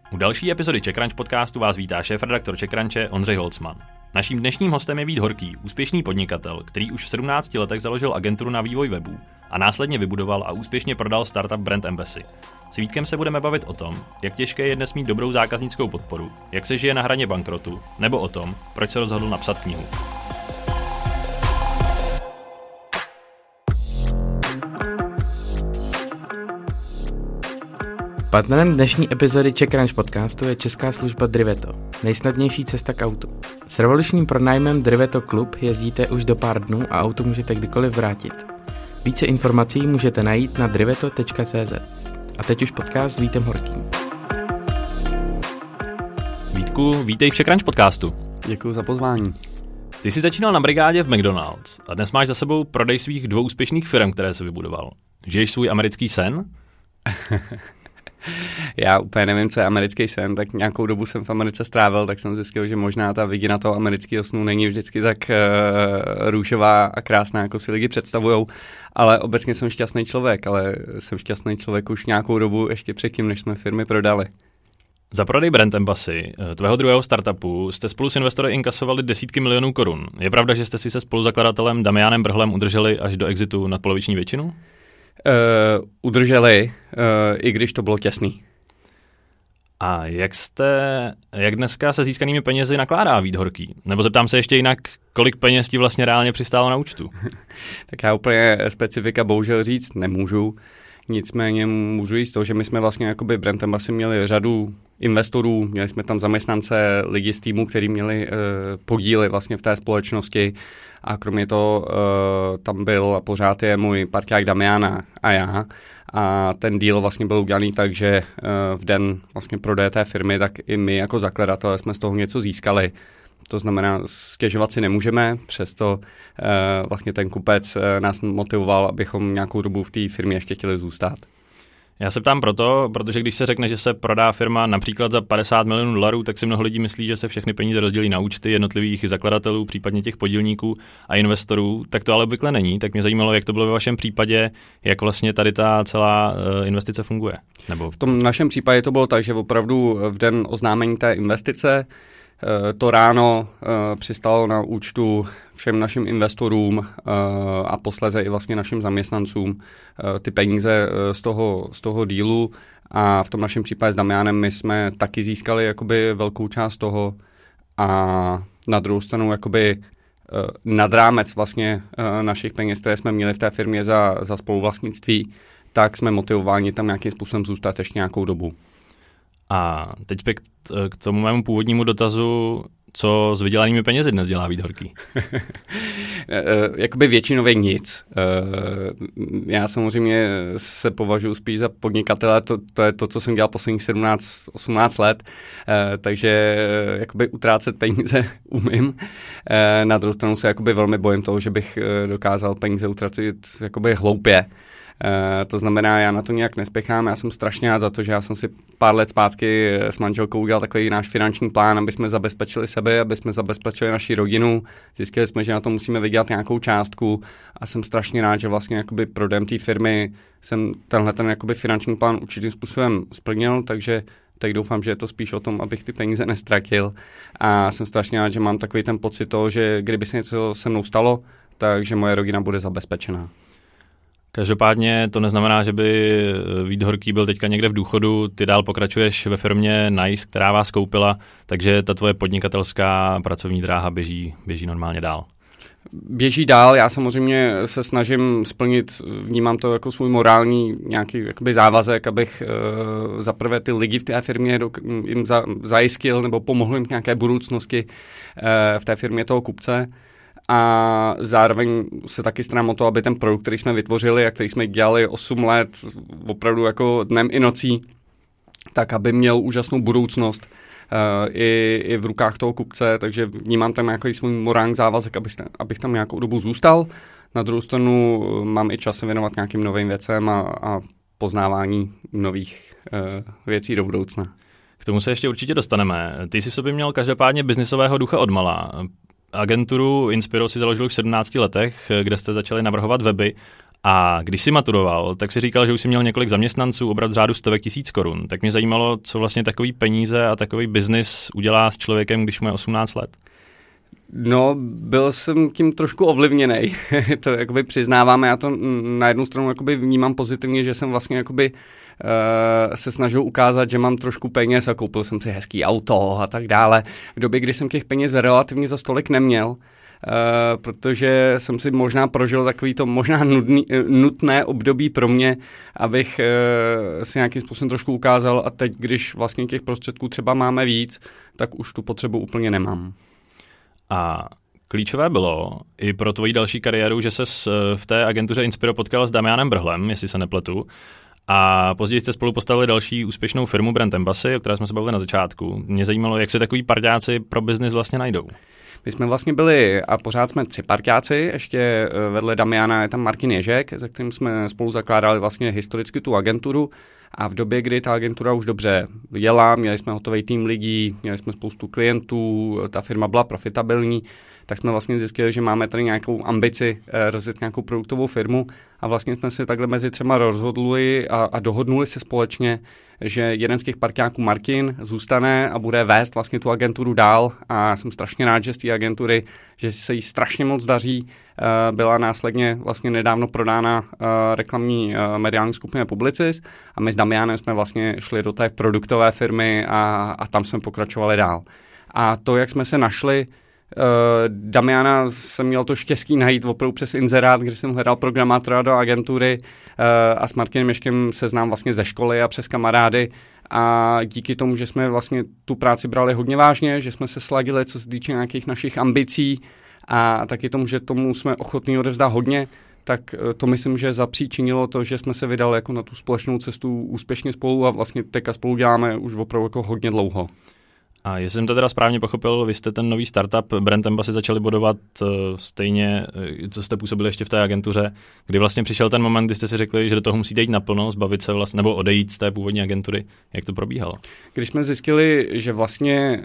U další epizody CzechCrunch podcastu vás vítá šéfredaktor CzechCrunche Ondřej Holcman. Naším dnešním hostem je Vít Horký, úspěšný podnikatel, který už v 17 letech založil agenturu na vývoj webů a následně vybudoval a úspěšně prodal startup Brand Embassy. S Vítkem se budeme bavit o tom, jak těžké je dnes mít dobrou zákaznickou podporu, jak se žije na hraně bankrotu, nebo o tom, proč se rozhodl napsat knihu. Partnerem dnešní epizody CzechCrunch podcastu je česká služba Driveto, nejsnadnější cesta k autu. S revolučním pronájmem Driveto Club jezdíte už do pár dnů a auto můžete kdykoliv vrátit. Více informací můžete najít na driveto.cz. A teď už podcast s Vítem Horkým. Vítku, vítej v CzechCrunch podcastu. Děkuji za pozvání. Ty jsi začínal na brigádě v McDonald's a dnes máš za sebou prodej svých 2 úspěšných firm, které jsi vybudoval. Žiješ svůj americký sen? Já úplně nevím, co je americký sen, tak nějakou dobu jsem v Americe strávil, tak jsem zjistil, že možná ta vidina toho amerického snu není vždycky tak růžová a krásná, jako si lidi představujou, ale obecně jsem šťastný člověk, ale jsem šťastný člověk už nějakou dobu ještě předtím, než jsme firmy prodali. Za prodej Brand Embassy, tvého druhého startupu, jste spolu s investory inkasovali desítky milionů korun. Je pravda, že jste si se spoluzakladatelem Damianem Brhlem udrželi až do exitu nadpoloviční většinu? Udrželi, i když to bylo těsný. A jak dneska se získanými penězi nakládá Vít Horký? Nebo zeptám se ještě jinak, kolik peněz ti vlastně reálně přistálo na účtu? Tak já úplně specifika bohužel říct nemůžu. Nicméně můžu říct to, že my jsme vlastně jakoby Brand Embassy měli řadu investorů, měli jsme tam zaměstnance, lidi z týmu, kteří měli podíly vlastně v té společnosti a kromě toho tam byl a pořád je můj parťák Damiana a já a ten deal vlastně byl udělaný tak, že v den vlastně prodeje té firmy, tak i my jako zakladatelé jsme z toho něco získali. To znamená, stěžovat si nemůžeme, přesto vlastně ten kupec nás motivoval, abychom nějakou dobu v té firmě ještě chtěli zůstat. Já se ptám proto, protože když se řekne, že se prodá firma například za $50 milionů, tak si mnoho lidí myslí, že se všechny peníze rozdělí na účty jednotlivých zakladatelů, případně těch podílníků a investorů, tak to ale obvykle není. Tak mě zajímalo, jak to bylo ve vašem případě, jak vlastně tady ta celá investice funguje. Nebo... V tom našem případě to bylo tak, že opravdu v den oznámení té investice to ráno přistalo na účtu všem našim investorům a posléze i vlastně našim zaměstnancům ty peníze z toho dílu a v tom našem případě s Damianem my jsme taky získali jakoby velkou část toho a na druhou stranu jakoby nad rámec vlastně našich peněz, které jsme měli v té firmě za spoluvlastnictví, tak jsme motivováni tam nějakým způsobem zůstat ještě nějakou dobu. A teď k tomu mému původnímu dotazu, co s vydělanými penězi dnes dělá Vít Horký? Jakoby většinově nic. Já samozřejmě se považuji spíš za podnikatele, to je to, co jsem dělal posledních 17-18 let, takže jakoby utrácet peníze umím. Na druhou stranu se jakoby velmi bojím toho, že bych dokázal peníze utratit jakoby hloupě. To znamená, já na to nějak nespěchám, já jsem strašně rád za to, že já jsem si pár let zpátky s manželkou udělal takový náš finanční plán, aby jsme zabezpečili sebe, aby jsme zabezpečili naši rodinu, zjistili jsme, že na to musíme vydělat nějakou částku a jsem strašně rád, že vlastně jakoby prodejem té firmy jsem tenhle jakoby finanční plán určitým způsobem splnil, takže tak doufám, že je to spíš o tom, abych ty peníze nestratil a jsem strašně rád, že mám takový ten pocit toho, že kdyby se něco se mnou stalo, takže moje rodina bude zabezpečená. Každopádně to neznamená, že by Vít Horký byl teďka někde v důchodu, ty dál pokračuješ ve firmě Nice, která vás koupila, takže ta tvoje podnikatelská pracovní dráha běží normálně dál. Běží dál, já samozřejmě se snažím splnit, vnímám to jako svůj morální nějaký jakoby závazek, abych zaprvé ty lidi v té firmě jim zajistil nebo pomohl jim k nějaké budoucnosti v té firmě toho kupce. A zároveň se taky starám o to, aby ten produkt, který jsme vytvořili a který jsme dělali 8 let opravdu jako dnem i nocí, tak aby měl úžasnou budoucnost i v rukách toho kupce, takže vnímám tam nějaký svůj morální závazek, abych tam nějakou dobu zůstal. Na druhou stranu mám i čas se věnovat nějakým novým věcem a poznávání nových věcí do budoucna. K tomu se ještě určitě dostaneme. Ty jsi v sobě měl každopádně biznisového ducha odmala. Agenturu Inspiro si založil už v 17 letech, kde jste začali navrhovat weby A když jsi maturoval, tak si říkal, že už jsi měl několik zaměstnanců, obrat v řádu stovek tisíc korun. Tak mě zajímalo, co vlastně takový peníze a takový biznis udělá s člověkem, když mu je 18 let. No, byl jsem tím trošku ovlivněnej, to jakoby přiznávám, já to na jednu stranu jakoby vnímám pozitivně, že jsem vlastně jakoby se snažil ukázat, že mám trošku peněz a koupil jsem si hezký auto a tak dále. V době, kdy jsem těch peněz relativně za stolik neměl, protože jsem si možná prožil takový to možná nutné období pro mě, abych si nějakým způsobem trošku ukázal a teď, když vlastně těch prostředků třeba máme víc, tak už tu potřebu úplně nemám. A klíčové bylo i pro tvoji další kariéru, že ses v té agentuře Inspiro potkal s Damianem Brhlem, jestli se nepletu, a později jste spolu postavili další úspěšnou firmu Brand Embassy, o které jsme se bavili na začátku. Mě zajímalo, jak se takový parťáci pro biznis vlastně najdou. My jsme vlastně byli a pořád jsme 3 parťáci, ještě vedle Damiana je tam Martin Ježek, se kterým jsme spolu zakládali vlastně historicky tu agenturu a v době, kdy ta agentura už dobře jela, měli jsme hotový tým lidí, měli jsme spoustu klientů, ta firma byla profitabilní, tak jsme vlastně zjistili, že máme tady nějakou ambici rozjet nějakou produktovou firmu a vlastně jsme si takhle mezi 3 rozhodli a dohodnuli se společně, že jeden z těch parťáků Martin zůstane a bude vést vlastně tu agenturu dál a jsem strašně rád, že z té agentury, že se jí strašně moc daří. Byla následně vlastně nedávno prodána reklamní mediální skupině Publicis a my s Damianem jsme vlastně šli do té produktové firmy a tam jsme pokračovali dál. A to, jak jsme se našli, Damiana jsem měl to štěstí najít opravdu přes inzerát, kde jsem hledal programátora do agentury a s Martinem Ježkem se znám vlastně ze školy a přes kamarády a díky tomu, že jsme vlastně tu práci brali hodně vážně, že jsme se sladili, co se týče nějakých našich ambicí a taky tomu, že tomu jsme ochotní odevzdat hodně, tak to myslím, že zapříčinilo to, že jsme se vydali jako na tu společnou cestu úspěšně spolu a vlastně teďka spolu děláme už opravdu jako hodně dlouho. A jestli jsem to teda správně pochopil, vy jste ten nový startup Brand Embassy začali budovat stejně, co jste působili ještě v té agentuře, kdy vlastně přišel ten moment, kdy jste si řekli, že do toho musíte jít naplno, zbavit se vlastně, nebo odejít z té původní agentury. Jak to probíhalo? Když jsme zjistili, že vlastně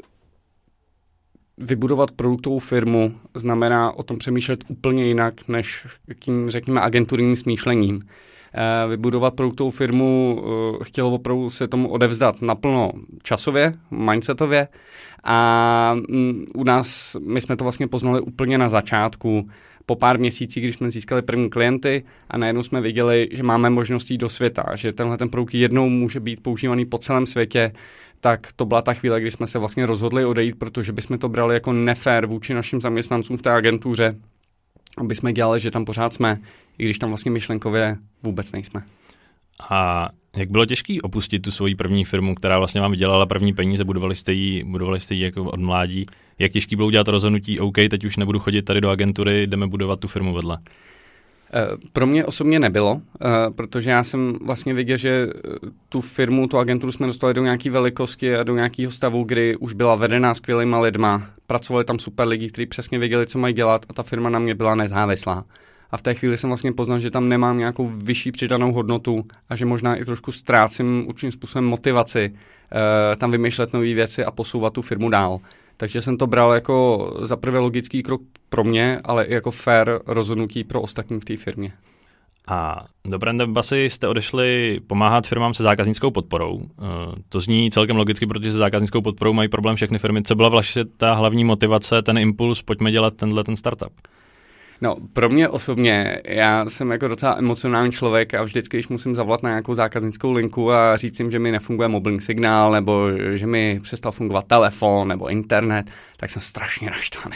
vybudovat produktovou firmu znamená o tom přemýšlet úplně jinak, než tím, řekněme, agenturním smýšlením. Vybudovat produktovou firmu chtělo opravdu se tomu odevzdat naplno časově, mindsetově a u nás, my jsme to vlastně poznali úplně na začátku, po pár měsících, když jsme získali první klienty a najednou jsme viděli, že máme možností do světa, že tenhle ten produkt jednou může být používaný po celém světě, tak to byla ta chvíle, kdy jsme se vlastně rozhodli odejít, protože bychom to brali jako nefér vůči našim zaměstnancům v té agentuře, aby jsme dělali, že tam pořád jsme, i když tam vlastně myšlenkově vůbec nejsme. A jak bylo těžký opustit tu svoji první firmu, která vlastně vám vydělala první peníze, budovali jste ji jako od mládí. Jak těžký bylo udělat rozhodnutí, OK, teď už nebudu chodit tady do agentury, jdeme budovat tu firmu vedle? Pro mě osobně nebylo, protože já jsem vlastně viděl, že tu agenturu jsme dostali do nějaké velikosti a do nějakého stavu, kdy už byla vedená skvělýma lidma, pracovali tam super lidi, kteří přesně věděli, co mají dělat a ta firma na mě byla nezávislá. A v té chvíli jsem vlastně poznal, že tam nemám nějakou vyšší přidanou hodnotu a že možná i trošku ztrácím určitým způsobem motivaci tam vymýšlet nové věci a posouvat tu firmu dál. Takže jsem to bral jako za prvé logický krok pro mě, ale i jako fair rozhodnutí pro ostatní v té firmě. A do Brand Embassy jste odešli pomáhat firmám se zákaznickou podporou. To zní celkem logicky, protože se zákaznickou podporou mají problém všechny firmy. Co byla vlastně ta hlavní motivace, ten impuls, pojďme dělat ten startup? No, pro mě osobně, já jsem jako docela emocionální člověk a vždycky, když musím zavolat na nějakou zákaznickou linku a říct jim, že mi nefunguje mobilní signál nebo že mi přestal fungovat telefon nebo internet, tak jsem strašně naštvaný.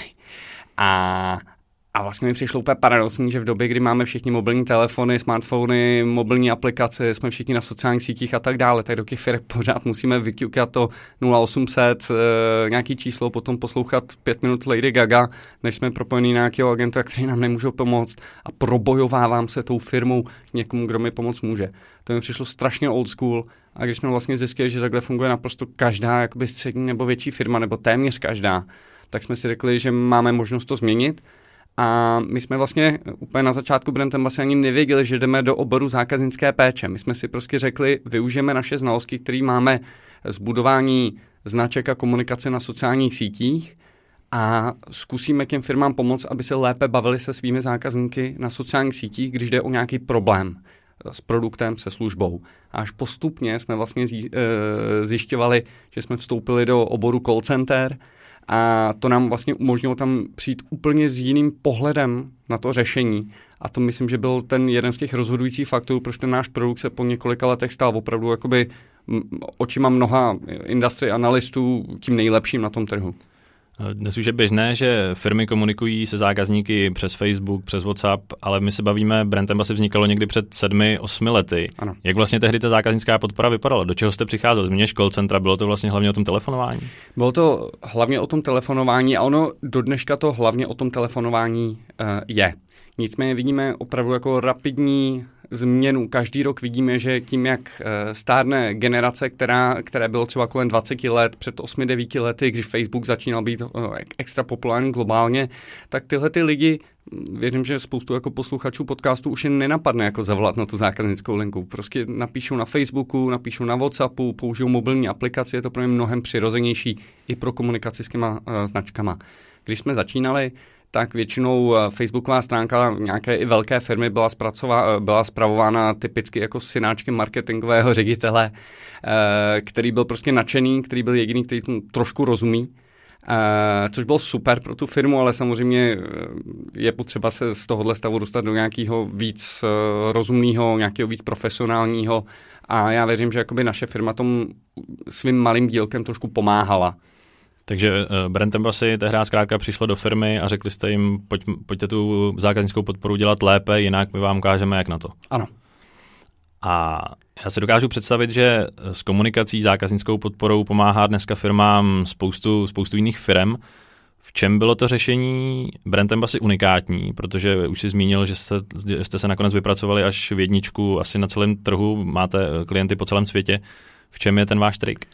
A vlastně mi přišlo úplně paradoxní, že v době, kdy máme všichni mobilní telefony, smartfony, mobilní aplikace, jsme všichni na sociálních sítích a tak dále, tak do těch firm pořád musíme vyťukat to 0800, nějaký číslo, potom poslouchat 5 minut Lady Gaga, než jsme propojení na nějakého agenta, který nám nemůže pomoct a probojovávám se tou firmou k někomu, kdo mi pomoct může. To mi přišlo strašně old school a když jsme vlastně zjistili, že takhle funguje naprosto každá jakoby střední nebo větší firma, nebo téměř každá, tak jsme si řekli, že máme možnost to změnit. A my jsme vlastně úplně na začátku Brand Embassy ani nevěděli, že jdeme do oboru zákaznické péče. My jsme si prostě řekli, využijeme naše znalosti, které máme z budování značek a komunikace na sociálních sítích a zkusíme těm firmám pomoct, aby se lépe bavili se svými zákazníky na sociálních sítích, když jde o nějaký problém s produktem, se službou. A až postupně jsme vlastně zjišťovali, že jsme vstoupili do oboru call center a to nám vlastně umožnilo tam přijít úplně s jiným pohledem na to řešení. A to myslím, že byl ten jeden z těch rozhodujících faktorů, proč ten náš produkt se po několika letech stal opravdu jakoby očima mnoha industry analystů tím nejlepším na tom trhu. Dnes už je běžné, že firmy komunikují se zákazníky přes Facebook, přes WhatsApp, ale my se bavíme, Brand Embassy vznikalo někdy před 7-8 lety. Ano. Jak vlastně tehdy ta zákaznická podpora vypadala? Do čeho jste přicházel? Zmíněš call centra, bylo to vlastně hlavně o tom telefonování? Bylo to hlavně o tom telefonování a ono do dneška to hlavně o tom telefonování je. Nicméně vidíme opravdu jako rapidní změnu. Každý rok vidíme, že tím, jak stárne generace, které bylo třeba kolem 20 let, před 8-9 lety, když Facebook začínal být extra populární globálně, tak tyhle ty lidi, věřím, že spoustu jako posluchačů podcastu už jen nenapadne jako zavolat na tu zákaznickou linku. Prostě napíšou na Facebooku, napíšou na WhatsAppu, použijou mobilní aplikaci, je to pro ně mnohem přirozenější i pro komunikaci s těma značkama. Když jsme začínali, tak většinou facebooková stránka nějaké i velké firmy byla spravována typicky jako synáčkem marketingového ředitele, který byl prostě nadšený, který byl jediný, který tomu trošku rozumí, což bylo super pro tu firmu, ale samozřejmě je potřeba se z tohohle stavu dostat do nějakého víc rozumného, nějakého víc profesionálního a já věřím, že jakoby naše firma tomu svým malým dílkem trošku pomáhala. Takže Brand Embassy tehdy zkrátka přišlo do firmy a řekli jste jim, pojďte tu zákaznickou podporu dělat lépe, jinak my vám ukážeme, jak na to. Ano. A já si dokážu představit, že s komunikací zákaznickou podporou pomáhá dneska firmám spoustu jiných firm. V čem bylo to řešení Brand Embassy unikátní? Protože už si zmínil, že jste se nakonec vypracovali až v jedničku, asi na celém trhu, máte klienty po celém světě. V čem je ten váš trik?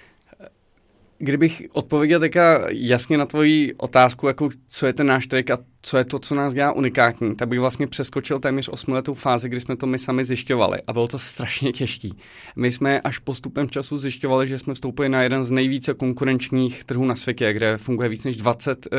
Kdybych odpověděl teďka jasně na tvoji otázku, jako co je ten náš trik a co je to, co nás dělá unikátní, tak bych vlastně přeskočil téměř 8letou fázi, kdy jsme to my sami zjišťovali a bylo to strašně těžký. My jsme až postupem času zjišťovali, že jsme vstoupili na jeden z nejvíce konkurenčních trhů na světě, kde funguje víc než 20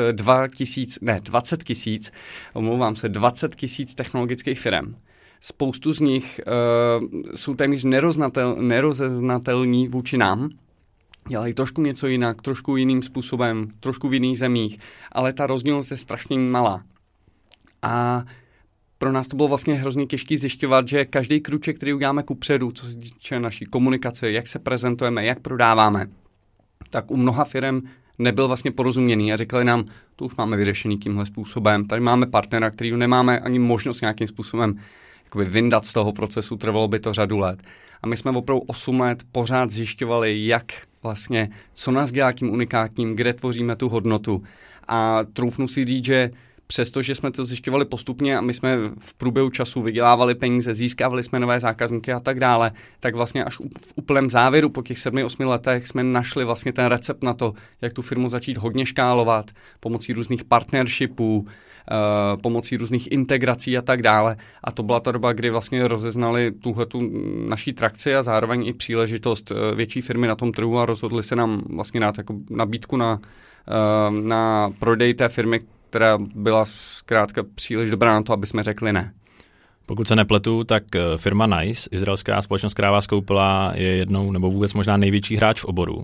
000 technologických firm. Spoustu z nich jsou téměř nerozeznatelní vůči nám. Dělají trošku něco jinak, trošku jiným způsobem, trošku v jiných zemích, ale ta rozdílnost je strašně malá. A pro nás to bylo vlastně hrozně těžké zjišťovat, že každý kruček, který uděláme kupředu, co se týče naší komunikace, jak se prezentujeme, jak prodáváme, tak u mnoha firem nebyl vlastně porozuměný a říkali nám, to už máme vyřešený tímhle způsobem, tady máme partnera, kterýho nemáme ani možnost nějakým způsobem jakoby vyndat z toho procesu, trvalo by to řadu let. A my jsme opravdu 8 let pořád zjišťovali, jak vlastně, co nás dělá tím unikátním, kde tvoříme tu hodnotu. A troufnu si říct, že přestože jsme to zjišťovali postupně a my jsme v průběhu času vydělávali peníze, získávali jsme nové zákazníky a tak dále, tak vlastně až v úplném závěru po těch 7-8 letech jsme našli vlastně ten recept na to, jak tu firmu začít hodně škálovat pomocí různých partnershipů, pomocí různých integrací a tak dále. A to byla ta doba, kdy vlastně rozeznali tuhletu naší trakci a zároveň i příležitost větší firmy na tom trhu a rozhodli se nám vlastně dát jako nabídku na prodej té firmy, která byla zkrátka příliš dobrá na to, aby jsme řekli ne. Pokud se nepletu, tak firma NICE, izraelská společnost, která vás koupila, je jednou nebo vůbec možná největší hráč v oboru.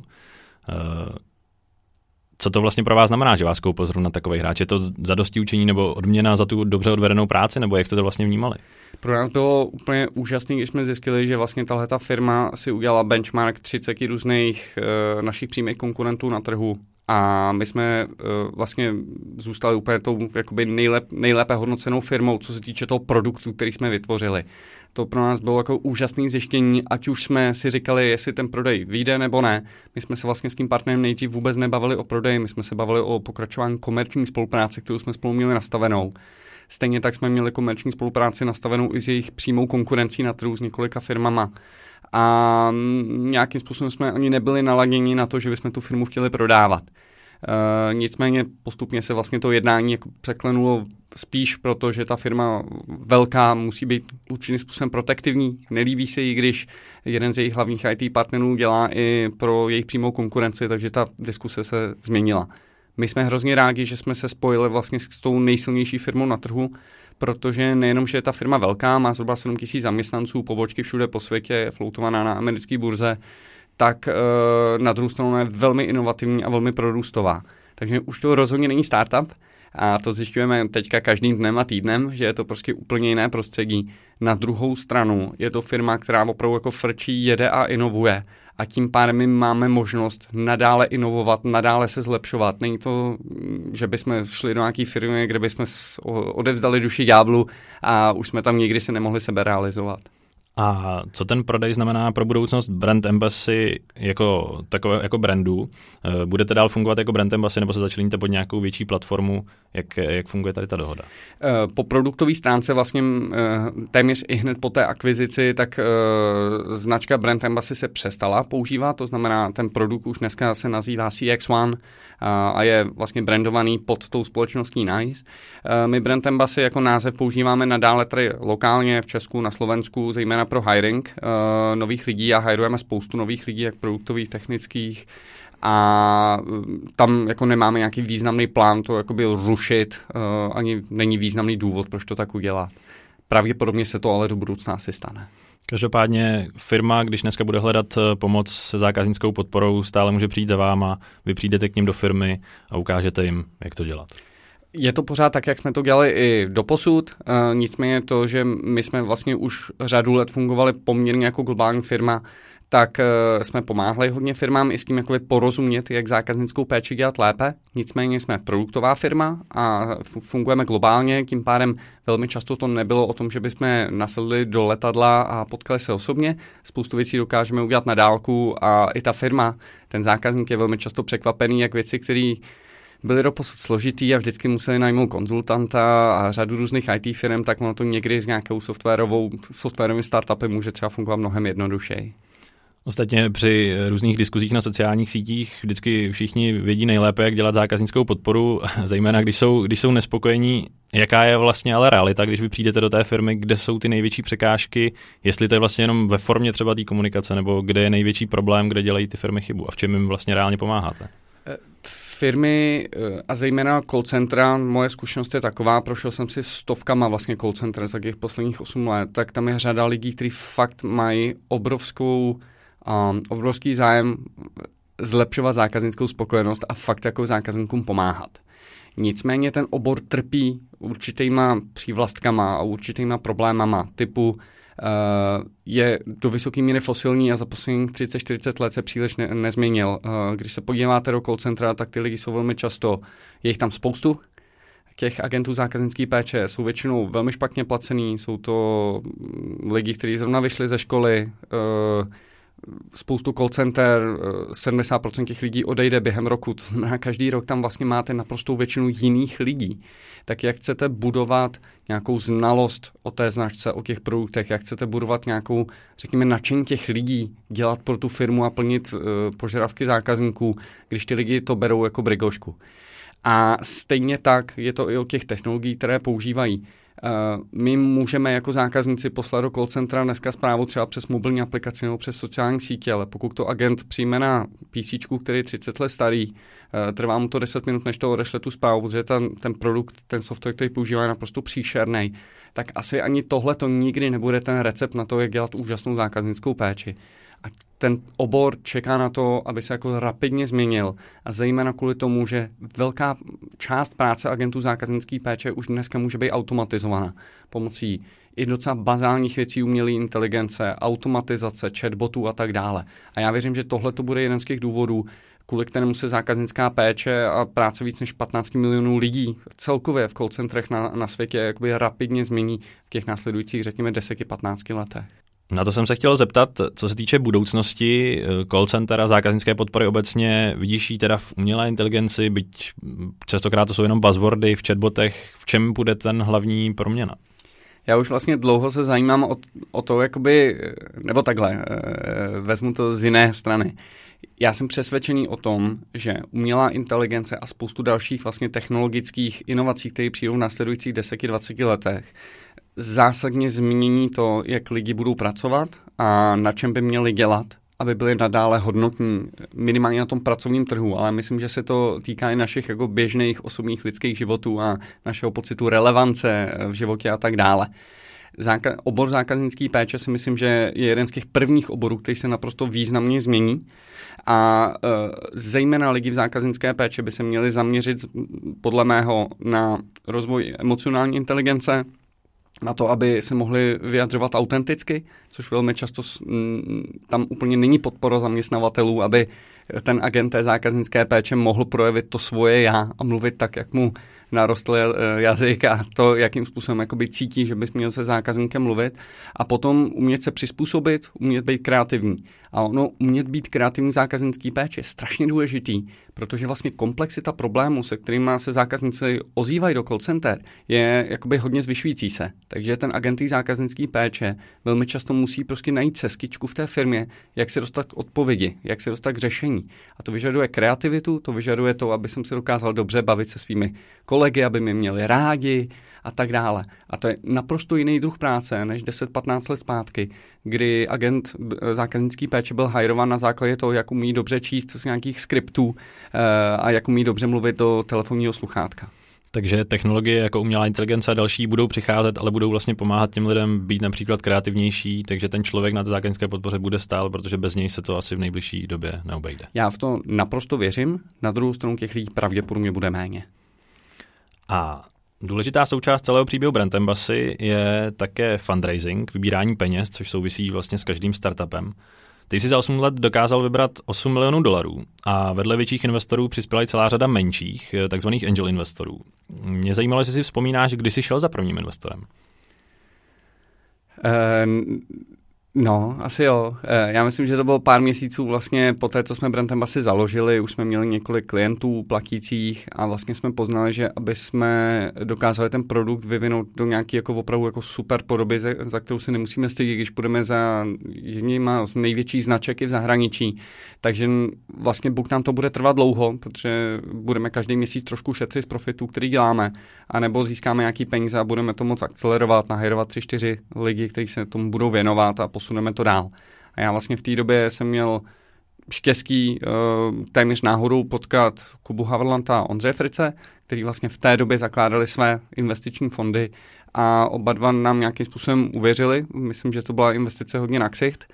Co to vlastně pro vás znamená, že vás koupil zrovna takový hráč? Je to zadostiučinění nebo odměna za tu dobře odvedenou práci, nebo jak jste to vlastně vnímali? Pro nás bylo úplně úžasné, když jsme zjistili, že vlastně tahleta firma si udělala benchmark 30 různých našich přímých konkurentů na trhu a my jsme vlastně zůstali úplně tou jakoby nejlépe hodnocenou firmou, co se týče toho produktu, který jsme vytvořili. To pro nás bylo jako úžasné zjištění, ať už jsme si říkali, jestli ten prodej vyjde nebo ne. My jsme se vlastně s tím partnerem nejdřív vůbec nebavili o prodeji, my jsme se bavili o pokračování komerční spolupráce, kterou jsme spolu měli nastavenou. Stejně tak jsme měli komerční spolupráci nastavenou i s jejich přímou konkurencí na trhu s několika firmama. A nějakým způsobem jsme ani nebyli naladěni na to, že bychom tu firmu chtěli prodávat. Nicméně postupně se vlastně to jednání jako překlenulo spíš proto, že ta firma velká musí být určitým způsobem protektivní. Nelíbí se jí, když jeden z jejich hlavních IT partnerů dělá i pro jejich přímou konkurenci, takže ta diskuse se změnila. my jsme hrozně rádi, že jsme se spojili vlastně s tou nejsilnější firmou na trhu, protože nejenom, že je ta firma velká, má zhruba 7 000 zaměstnanců, pobočky všude po světě, je floutovaná na americké burze, tak na druhou stranu je velmi inovativní a velmi prorůstová. Takže už to rozhodně není startup a to zjišťujeme teďka každým dnem a týdnem, že je to prostě úplně jiné prostředí. Na druhou stranu je to firma, která opravdu jako frčí, jede a inovuje. A tím pádem my máme možnost nadále inovovat, nadále se zlepšovat. Není to, že bychom šli do nějaké firmy, kde bychom odevzdali duši ďáblu a už jsme tam nikdy se nemohli sebe realizovat. A co ten prodej znamená pro budoucnost Brand Embassy jako brandu? Budete dál fungovat jako Brand Embassy nebo se začleníte pod nějakou větší platformu? Jak funguje tady ta dohoda? Po produktové stránce vlastně téměř i hned po té akvizici, tak značka Brand Embassy se přestala používat, to znamená, ten produkt už dneska se nazývá CX1 a je vlastně brandovaný pod tou společností NICE. My Brand Embassy jako název používáme nadále tady lokálně v Česku, na Slovensku, zejména pro hiring nových lidí a hirujeme spoustu nových lidí, jak produktových, technických, a tam jako nemáme nějaký významný plán to jakoby rušit, ani není významný důvod, proč to tak udělat. Pravděpodobně se to ale do budoucna asi stane. Každopádně firma, když dneska bude hledat pomoc se zákaznickou podporou, stále může přijít za váma, vy přijdete k nim do firmy a ukážete jim, jak to dělat. Je to pořád tak, jak jsme to dělali i doposud, nicméně to, že my jsme vlastně už řadu let fungovali poměrně jako globální firma, tak jsme pomáhali hodně firmám i s tím jakoby porozumět, jak zákaznickou péči dělat lépe. Nicméně jsme produktová firma a fungujeme globálně, tím pádem velmi často to nebylo o tom, že bychom nasedli do letadla a potkali se osobně. Spoustu věcí dokážeme udělat na dálku a i ta firma, ten zákazník je velmi často překvapený, jak věci, které byly doposud složitý a vždycky museli najmout konzultanta a řadu různých IT firm, tak ono to někdy s nějakou softwarovým startupem může třeba fungovat mnohem jednodušeji. Ostatně při různých diskuzích na sociálních sítích vždycky všichni vědí nejlépe, jak dělat zákaznickou podporu, zejména když jsou nespokojení. Jaká je vlastně ale realita, když vy přijdete do té firmy, kde jsou ty největší překážky, jestli to je vlastně jenom ve formě třeba té komunikace, nebo kde je největší problém, kde dělají ty firmy chybu a v čem jim vlastně reálně pomáháte? Firmy a zejména call centra, moje zkušenost je taková, prošel jsem si stovkama vlastně call center za těch posledních 8 let, tak tam je řada lidí, kteří fakt mají obrovský zájem zlepšovat zákaznickou spokojenost a fakt jako zákazníkům pomáhat. Nicméně ten obor trpí určitýma přívlastkama a určitýma problémama typu je do vysoké míry fosilní a za posledních 30-40 let se příliš nezměnil. Když se podíváte do call centra, tak ty lidi jsou velmi často, je jich tam spoustu, těch agentů zákaznické péče jsou většinou velmi špatně placený, jsou to lidi, kteří zrovna vyšli ze školy, spoustu call center, 70% těch lidí odejde během roku, to znamená, každý rok tam vlastně máte naprostou většinu jiných lidí. Tak jak chcete budovat nějakou znalost o té značce, o těch produktech, jak chcete budovat nějakou, řekněme, nadšení těch lidí, dělat pro tu firmu a plnit požadavky zákazníků, když ty lidi to berou jako brigošku. A stejně tak je to i o těch technologií, které používají. My můžeme jako zákazníci poslat do call centra dneska zprávu třeba přes mobilní aplikaci nebo přes sociální sítě, ale pokud to agent přijme na PCčku, který je 30 let starý, trvá mu to 10 minut, než to odešle tu zprávu, protože ten produkt, ten software, který používá, je naprosto příšerný, tak asi ani tohle to nikdy nebude ten recept na to, jak dělat úžasnou zákaznickou péči. A ten obor čeká na to, aby se jako rapidně změnil a zejména kvůli tomu, že velká část práce agentů zákaznické péče už dneska může být automatizovaná pomocí i docela bazálních věcí umělé inteligence, automatizace, chatbotů a tak dále. A já věřím, že tohle to bude jeden z těch důvodů, kvůli kterému se zákaznická péče a práce víc než 15 milionů lidí celkově v call centrech na světě jakoby rapidně změní v těch následujících, řekněme, 10-15 letech. Na to jsem se chtěl zeptat, co se týče budoucnosti call center a zákaznické podpory obecně, vidíš ji teda v umělé inteligenci, byť častokrát to jsou jenom buzzwordy v chatbotech, v čem bude ten hlavní proměna? Já už vlastně dlouho se zajímám o to, jakoby, nebo takhle, vezmu to z jiné strany. Já jsem přesvědčený o tom, že umělá inteligence a spoustu dalších vlastně technologických inovací, které přijdou v následujících 10-20 letech, zásadně změní to, jak lidi budou pracovat a na čem by měli dělat aby byly nadále hodnotní, minimálně na tom pracovním trhu, ale myslím, že se to týká i našich jako běžných osobních lidských životů a našeho pocitu relevance v životě a tak dále. Obor zákaznické péče si myslím, že je jeden z těch prvních oborů, který se naprosto významně změní a zejména lidi v zákaznické péči by se měli zaměřit podle mého na rozvoj emocionální inteligence, na to, aby se mohli vyjadřovat autenticky, což velmi často tam úplně není podpora zaměstnavatelů, aby ten agent té zákaznické péče mohl projevit to svoje já a mluvit tak, jak mu narostl jazyk a to, jakým způsobem jakoby cítí, že bys měl se zákazníkem mluvit a potom umět se přizpůsobit, umět být kreativní. A ono umět být kreativní zákaznický péče je strašně důležitý, protože vlastně komplexita problémů, se kterými se zákazníci ozývají do call center, je jakoby hodně zvyšující se. Takže ten agent zákaznický péče velmi často musí prostě najít ceskičku v té firmě, jak se dostat k odpovědi, jak se dostat k řešení. A to vyžaduje kreativitu, to vyžaduje to, aby jsem se dokázal dobře bavit se svými kolegy, aby mě měli rádi a tak dále. A to je naprosto jiný druh práce než 10-15 let zpátky, kdy agent zákaznický péče byl hajrovan na základě toho, jak umí dobře číst z nějakých skriptů a jak umí dobře mluvit do telefonního sluchátka. Takže technologie jako umělá inteligence a další budou přicházet, ale budou vlastně pomáhat těm lidem být například kreativnější, takže ten člověk na té zákaznické podpoře bude stál, protože bez něj se to asi v nejbližší době neobejde. Já v to naprosto věřím, na druhou stranu těch lidí pravděpodobně bude méně. A důležitá součást celého příběhu Brand Embassy je také fundraising, vybírání peněz, což souvisí vlastně s každým startupem. Ty jsi za 8 let dokázal vybrat $8 milionů a vedle větších investorů přispěla i celá řada menších, takzvaných angel investorů. Mě zajímalo, jestli si vzpomínáš, kdy jsi šel za prvním investorem. No, asi jo. Já myslím, že to bylo pár měsíců vlastně po té, co jsme Brand Embassy založili, už jsme měli několik klientů platících a vlastně jsme poznali, že aby jsme dokázali ten produkt vyvinout do nějaký jako opravdu jako super podoby, za kterou si nemusíme stydět, když půjdeme za jedním z největších značek i v zahraničí. Takže vlastně buď nám to bude trvat dlouho, protože budeme každý měsíc trošku šetřit z profitů, který děláme, anebo získáme nějaký peníze a budeme to moc akcelerovat, nahajrovat 3-4 lidi, kteří se tomu budou věnovat a posuneme to dál. A já vlastně v té době jsem měl štěstí téměř náhodou potkat Kubu Havrlanta a Ondřeje Frice, který vlastně v té době zakládali své investiční fondy a oba dva nám nějakým způsobem uvěřili. Myslím, že to byla investice hodně na ksicht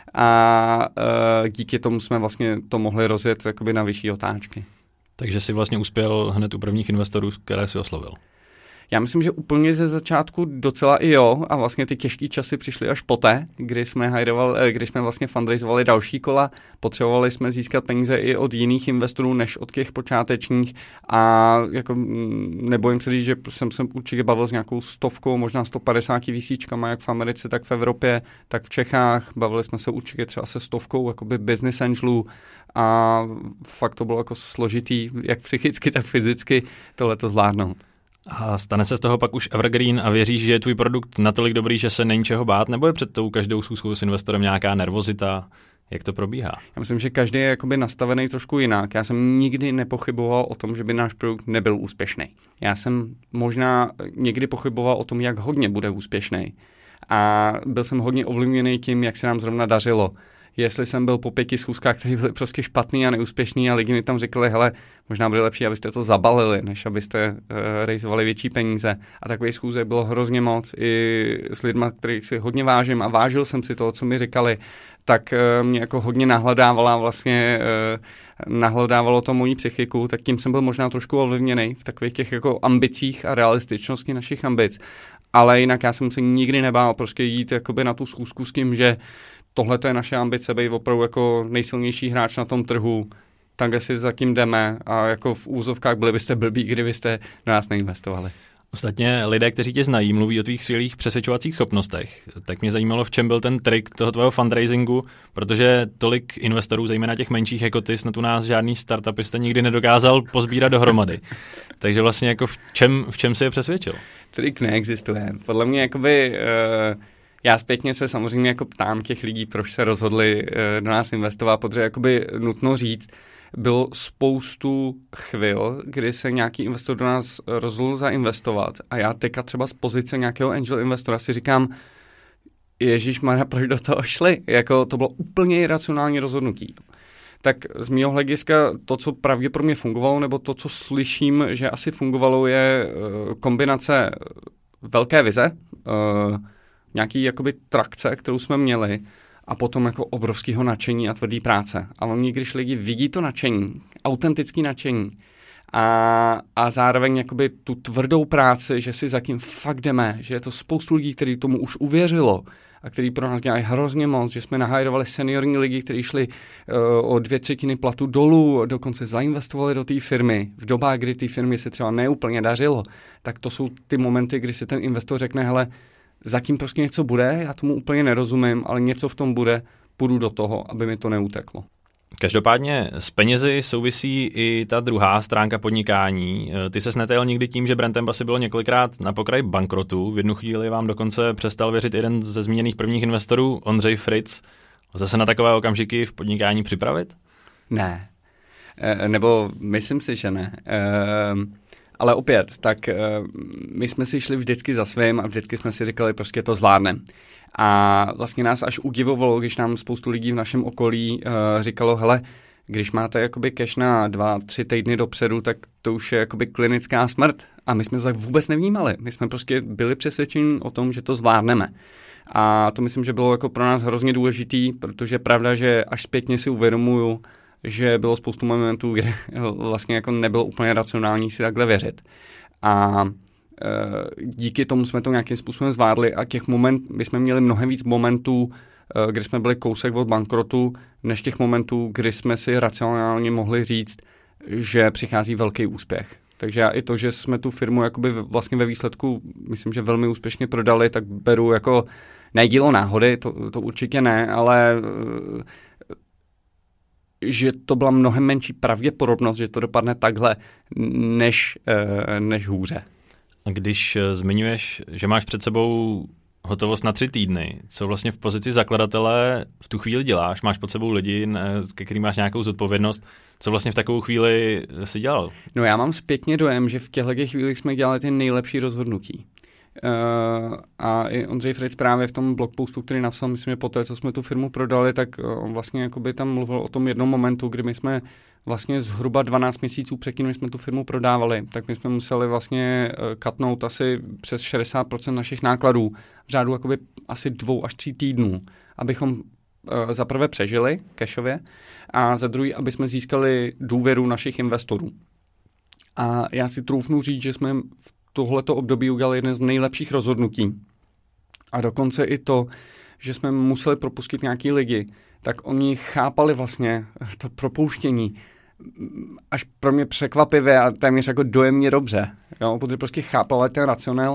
a díky tomu jsme vlastně to mohli rozjet jakoby na vyšší otáčky. Takže jsi vlastně uspěl hned u prvních investorů, které jsi oslovil. Já myslím, že úplně ze začátku docela i jo a vlastně ty těžké časy přišly až poté, kdy jsme vlastně fundraisovali další kola, potřebovali jsme získat peníze i od jiných investorů než od těch počátečních a jako nebojím se říct, že jsem se určitě bavil s nějakou 100, možná 150 VCčkama, jak v Americe, tak v Evropě, tak v Čechách, bavili jsme se určitě třeba se 100 jakoby business angelů a fakt to bylo jako složitý, jak psychicky, tak fyzicky tohleto zvládnout. A stane se z toho pak už evergreen a věříš, že je tvůj produkt natolik dobrý, že se není čeho bát, nebo je před tou každou schůzkou s investorem nějaká nervozita? Jak to probíhá? Já myslím, že každý je jakoby nastavený trošku jinak. Já jsem nikdy nepochyboval o tom, že by náš produkt nebyl úspěšný. Já jsem možná někdy pochyboval o tom, jak hodně bude úspěšný. A byl jsem hodně ovlivněný tím, jak se nám zrovna dařilo. Jestli jsem byl po 5 schůzkách, které byly prostě špatný a neúspěšný a lidi mi tam říkali, hele, možná bude lepší, abyste to zabalili, než abyste rejzovali větší peníze. A takových schůzek bylo hrozně moc i s lidma, kterých si hodně vážím a vážil jsem si toho, co mi říkali, tak mě jako hodně nahledávalo to moji psychiku, tak tím jsem byl možná trošku ovlivněný v takových těch jako ambicích a realističnosti našich ambic. Ale jinak já jsem se nikdy nebál prostě jít jakoby na tu schůzku s tím, že tohle je naše ambice, být opravdu jako nejsilnější hráč na tom trhu, tak kde si za tím jdeme a jako v úzovkách byli byste blbí, kdybyste do nás neinvestovali. Ostatně lidé, kteří tě znají, mluví o tvých skvělých přesvědčovacích schopnostech. Tak mě zajímalo, v čem byl ten trik toho tvého fundraisingu, protože tolik investorů, zejména těch menších jako ty, snad u nás žádný startupista nikdy nedokázal pozbírat dohromady. Takže vlastně jako v čem si je přesvědčil? Trik neexistuje. Podle mě jakoby... Já zpětně se samozřejmě jako ptám těch lidí, proč se rozhodli do nás investovat, protože jakoby nutno říct, bylo spoustu chvil, kdy se nějaký investor do nás rozhodl zainvestovat a já teďka třeba z pozice nějakého angel investora si říkám, ježišmarja, proč do toho šli? Jako to bylo úplně iracionální rozhodnutí. Tak z mého hlediska to, co pravděpodobně fungovalo, nebo to, co slyším, že asi fungovalo, je kombinace velké vize, nějaký jakoby trakce, kterou jsme měli, a potom jako obrovského nadšení a tvrdý práce. A oni, když lidi vidí to nadšení, autentický nadšení a zároveň jakoby tu tvrdou práci, že si za tím fakt jdeme, že je to spoustu lidí, kteří tomu už uvěřilo a který pro nás dělají hrozně moc, že jsme nahajrovali seniorní lidi, kteří šli o 2/3 platu dolů, dokonce zainvestovali do té firmy. V dobách, kdy té firmy se třeba neúplně dařilo, tak to jsou ty momenty, kdy si ten investor řekne, hele, zatím prostě něco bude, já tomu úplně nerozumím, ale něco v tom bude, půjdu do toho, aby mi to neuteklo. Každopádně s penězi souvisí i ta druhá stránka podnikání. Ty ses netajil nikdy tím, že Brand Embassy bylo několikrát na pokraji bankrotu. V jednu chvíli vám dokonce přestal věřit jeden ze zmíněných prvních investorů, Ondřej Fritz. Lze se na takové okamžiky v podnikání připravit? Ne. Nebo myslím si, že ne. Ale opět, tak my jsme si šli vždycky za svým a vždycky jsme si říkali, prostě to zvládneme. A vlastně nás až udivovalo, když nám spoustu lidí v našem okolí říkalo, hele, když máte jakoby cash na 2-3 týdny dopředu, tak to už je jakoby klinická smrt. A my jsme to tak vůbec nevnímali. My jsme prostě byli přesvědčeni o tom, že to zvládneme. A to myslím, že bylo jako pro nás hrozně důležitý, protože je pravda, že až zpětně si uvědomuju, že bylo spoustu momentů, kde vlastně jako nebylo úplně racionální si takhle věřit. A díky tomu jsme to nějakým způsobem zvládli a my jsme měli mnohem víc momentů, kdy jsme byli kousek od bankrotu, než těch momentů, kdy jsme si racionálně mohli říct, že přichází velký úspěch. Takže já i to, že jsme tu firmu jakoby vlastně ve výsledku, myslím, že velmi úspěšně prodali, tak beru jako nejdílo náhody, to určitě ne, ale že to byla mnohem menší pravděpodobnost, že to dopadne takhle, než hůře. A když zmiňuješ, že máš před sebou hotovost na 3 týdny, co vlastně v pozici zakladatele v tu chvíli děláš? Máš pod sebou lidi, ke kterým máš nějakou zodpovědnost. Co vlastně v takovou chvíli si dělal? No já mám zpětně dojem, že v těchto chvílích jsme dělali ty nejlepší rozhodnutí. A i Ondřej Fritz právě v tom blogpostu, který napsal, myslím, že po té, co jsme tu firmu prodali, tak on vlastně jakoby tam mluvil o tom jednom momentu, kdy my jsme vlastně zhruba 12 měsíců předtím, než jsme tu firmu prodávali, tak my jsme museli vlastně cutnout asi přes 60% našich nákladů v řádu jakoby asi 2 až 3 týdnů, abychom za prvé přežili cashově a za druhé, aby jsme získali důvěru našich investorů. A já si troufnu říct, že jsme v tohleto období udělali jeden z nejlepších rozhodnutí. A dokonce i to, že jsme museli propustit nějaký lidi, tak oni chápali vlastně to propouštění až pro mě překvapivě a téměř jako dojemně dobře. Jo? Protože prostě chápali ten racionál.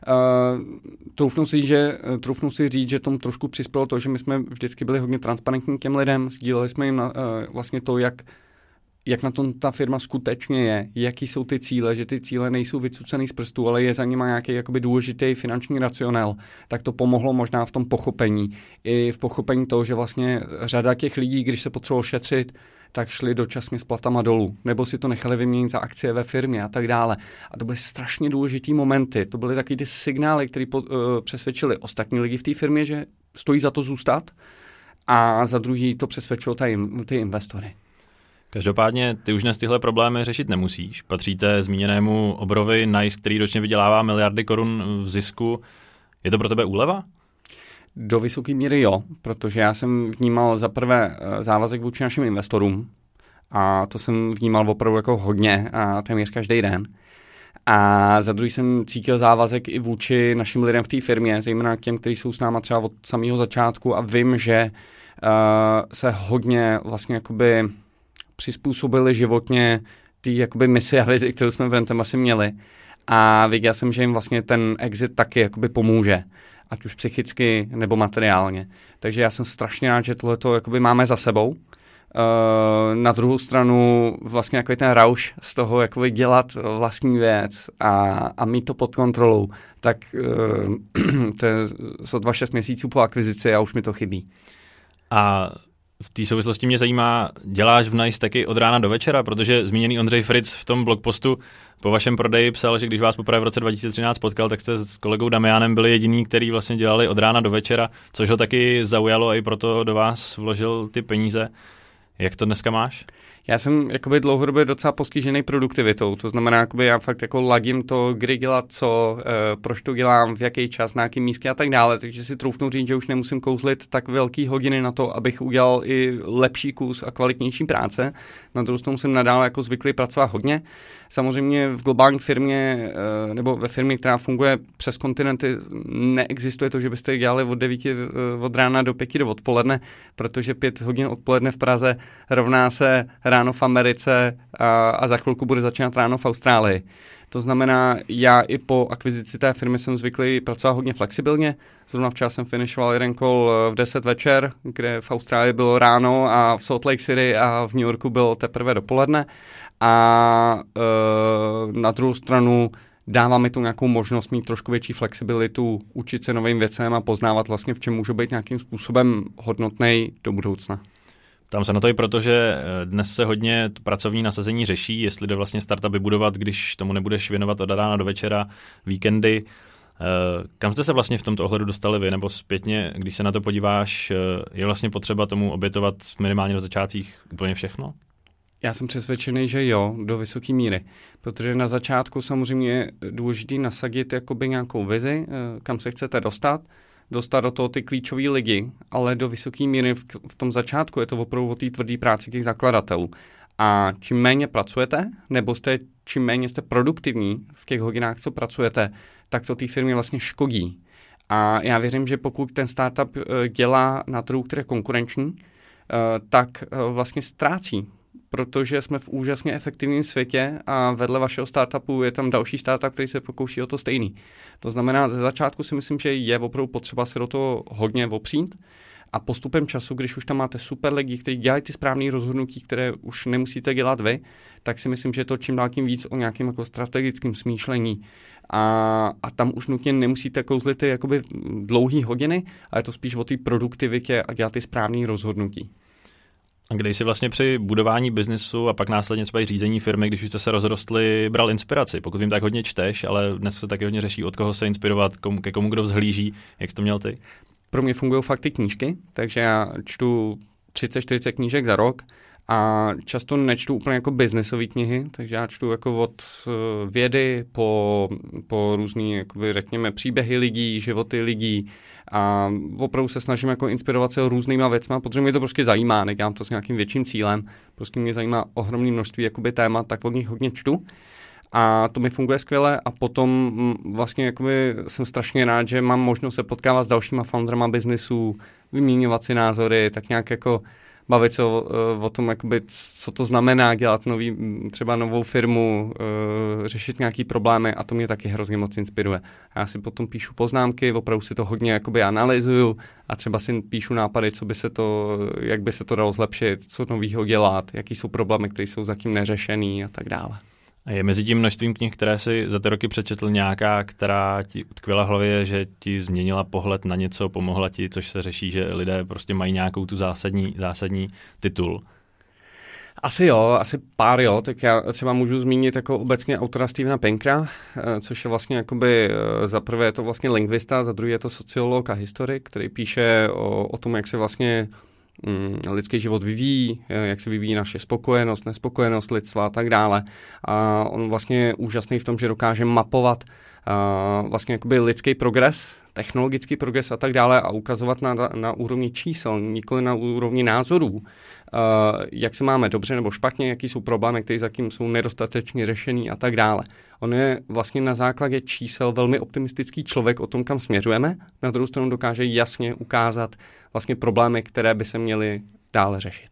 Troufnu si říct, že tomu trošku přispělo to, že my jsme vždycky byli hodně transparentní těm lidem, sdíleli jsme jim vlastně to, jak na tom ta firma skutečně je, jaký jsou ty cíle, že ty cíle nejsou vycucený z prstů, ale je za nima nějaký jakoby důležitý finanční racionál, tak to pomohlo možná v tom pochopení. I v pochopení toho, že vlastně řada těch lidí, když se potřebovalo šetřit, tak šli dočasně s platama dolů, nebo si to nechali vyměnit za akcie ve firmě a tak dále. A to byly strašně důležitý momenty. To byly taky ty signály, které přesvědčili ostatní lidi v té firmě, že stojí za to zůstat, a za druhý to přesvědčilo ty investory. Každopádně ty už dnes tyhle problémy řešit nemusíš. Patříte zmíněnému obrovi NICE, který ročně vydělává miliardy korun v zisku. Je to pro tebe úleva? Do vysoké míry jo, protože já jsem vnímal za prvé závazek vůči našim investorům a to jsem vnímal opravdu jako hodně a téměř každý den. A za druhý jsem cítil závazek i vůči našim lidem v té firmě, zejména těm, kteří jsou s náma třeba od samého začátku a vím, že se hodně vlastně jakoby přizpůsobili životně té jakoby misi a vizi, kterou jsme v Brand Embassy měli. A viděl jsem, že jim vlastně ten exit taky jakoby pomůže, ať už psychicky nebo materiálně. Takže já jsem strašně rád, že tohleto jakoby máme za sebou. Na druhou stranu vlastně jako ten rauš z toho jakoby dělat vlastní věc a mít to pod kontrolou, tak to je sotva 6 měsíců po akvizici a už mi to chybí. A v té souvislosti mě zajímá, děláš v NICE taky od rána do večera, protože zmíněný Ondřej Fritz v tom blogpostu po vašem prodeji psal, že když vás poprvé v roce 2013 potkal, tak jste s kolegou Damianem byli jediní, kteří vlastně dělali od rána do večera, což ho taky zaujalo a i proto do vás vložil ty peníze. Jak to dneska máš? Já jsem jakoby dlouhodobě docela postižený produktivitou, to znamená, jakoby já fakt jako ladím to, kdy dělat co, proč to dělám, v jaký čas, na jaký místě a tak dále, takže si troufnu říct, že už nemusím kouzlit tak velký hodiny na to, abych udělal i lepší kus a kvalitnější práce. Na druhou stranu jsem nadále jako zvyklý pracovat hodně. Samozřejmě v globální firmě nebo ve firmě, která funguje přes kontinenty, neexistuje to, že byste dělali od 9 od rána do 5 do odpoledne, protože 5 hodin odpoledne v Praze rovná se ráno v Americe a za chvilku bude začínat ráno v Austrálii. To znamená, já i po akvizici té firmy jsem zvyklý pracovat hodně flexibilně. Zrovna včera jsem finišoval jeden call v 10 večer, kde v Austrálii bylo ráno a v Salt Lake City a v New Yorku bylo teprve dopoledne. A na druhou stranu dává mi to nějakou možnost mít trošku větší flexibilitu, učit se novým věcem a poznávat vlastně, v čem můžu být nějakým způsobem hodnotnej do budoucna. Tam se na to i proto, že dnes se hodně pracovní nasazení řeší, jestli jde vlastně startup vybudovat, když tomu nebudeš věnovat od rána do večera, víkendy. Kam jste se vlastně v tomto ohledu dostali vy, nebo zpětně, když se na to podíváš, je vlastně potřeba tomu obětovat minimálně na začátcích úplně všechno? Já jsem přesvědčený, že jo, do vysoké míry, protože na začátku samozřejmě je důležité nasadit jakoby nějakou vizi, kam se chcete dostat do toho ty klíčové lidi, ale do vysoké míry v tom začátku je to opravdu o té tvrdé práci těch zakladatelů. A čím méně pracujete, nebo čím méně jste produktivní v těch hodinách, co pracujete, tak to té firmě vlastně škodí. A já věřím, že pokud ten startup dělá na trhu, který je konkurenční, tak vlastně ztrácí, protože jsme v úžasně efektivním světě a vedle vašeho startupu je tam další startup, který se pokouší o to stejný. To znamená, ze začátku si myslím, že je opravdu potřeba se do toho hodně opřít a postupem času, když už tam máte super lidi, kteří dělají ty správné rozhodnutí, které už nemusíte dělat vy, tak si myslím, že je to čím dál tím víc o nějakém jako strategickém smýšlení. A tam už nutně nemusíte kouzlit ty jakoby dlouhý hodiny, ale je to spíš o té produktivitě a dělat ty správné rozhodnutí. A kde jsi vlastně při budování biznesu a pak následně třeba i řízení firmy, když už jste se rozrostli, bral inspiraci? Pokud vím, tak hodně čteš, ale dnes se taky hodně řeší, od koho se inspirovat, ke komu kdo vzhlíží. Jak jsi to měl ty? Pro mě fungují fakt ty knížky, takže já čtu 30-40 knížek za rok a často nečtu úplně jako biznesové knihy, takže já čtu jako od vědy po různý, jakoby řekněme, příběhy lidí, životy lidí a opravdu se snažím jako inspirovat se různýma věcma, protože mě to prostě zajímá, nedělám to s nějakým větším cílem, prostě mě zajímá ohromné množství jakoby témat, tak od nich hodně čtu. A to mi funguje skvěle a potom vlastně jakoby jsem strašně rád, že mám možnost se potkávat s dalšíma founderama biznisů, vyměňovat si názory, tak nějak jako bavit se o tom, jakoby, co to znamená dělat třeba novou firmu, řešit nějaký problémy a to mě taky hrozně moc inspiruje. Já si potom píšu poznámky, opravdu si to hodně jakoby analyzuju a třeba si píšu nápady, jak by se to dalo zlepšit, co novýho dělat, jaký jsou problémy, které jsou zatím neřešený a tak dále. A je mezi tím množstvím knih, které si za ty roky přečetl nějaká, která ti utkvěla v hlavě, že ti změnila pohled na něco, pomohla ti, což se řeší, že lidé prostě mají nějakou tu zásadní titul? Asi jo, asi pár jo, tak já třeba můžu zmínit jako obecně autora Stevena Pinkera, což je vlastně jakoby, za prvé je to vlastně lingvista, za druhé je to sociolog a historik, který píše o tom, jak se vlastně lidský život vyvíjí, jak se vyvíjí naše spokojenost, nespokojenost lidstva a tak dále. A on vlastně je úžasný v tom, že dokáže mapovat vlastně jakoby lidský progres, technologický progres a tak dále a ukazovat na úrovni čísel, nikoli na úrovni názorů, jak se máme dobře nebo špatně, jaký jsou problémy, které zatím jsou nedostatečně řešený a tak dále. On je vlastně na základě čísel velmi optimistický člověk o tom, kam směřujeme. Na druhou stranu dokáže jasně ukázat vlastně problémy, které by se měly dále řešit.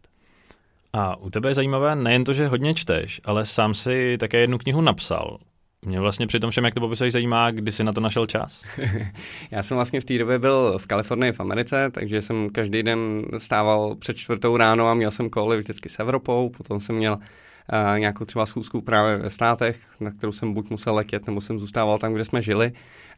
A u tebe je zajímavé nejen to, že hodně čteš, ale sám si také jednu knihu napsal. Mě vlastně při tom všem, jak to popisuješ, zajímá, kdy jsi na to našel čas. Já jsem vlastně v té době byl v Kalifornii v Americe, takže jsem každý den stával před 4 ráno a měl jsem koly vždycky s Evropou, potom jsem měl nějakou třeba schůzku právě ve státech, na kterou jsem buď musel letět, nebo jsem zůstával tam, kde jsme žili,